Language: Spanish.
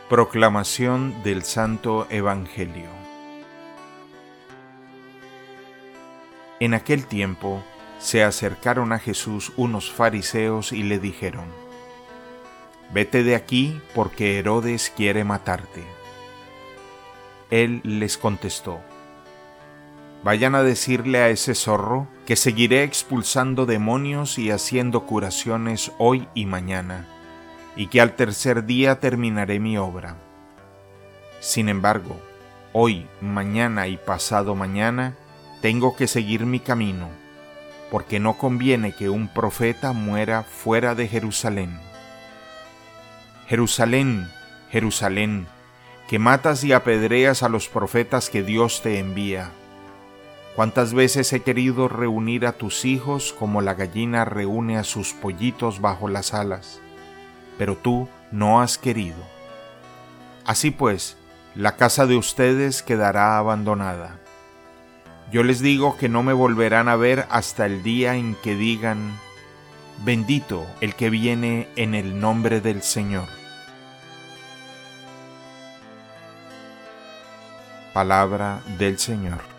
Proclamación del Santo Evangelio. En aquel tiempo se acercaron a Jesús unos fariseos y le dijeron: «Vete de aquí, porque Herodes quiere matarte». Él les contestó: «Vayan a decirle a ese zorro que seguiré expulsando demonios y haciendo curaciones hoy y mañana, y que al tercer día terminaré mi obra. Sin embargo, hoy, mañana y pasado mañana tengo que seguir mi camino, porque no conviene que un profeta muera fuera de Jerusalén. Jerusalén, Jerusalén, que matas y apedreas a los profetas que Dios te envía. ¿Cuántas veces he querido reunir a tus hijos como la gallina reúne a sus pollitos bajo las alas? Pero tú no has querido. Así pues, la casa de ustedes quedará abandonada. Yo les digo que no me volverán a ver hasta el día en que digan: bendito el que viene en el nombre del Señor». Palabra del Señor.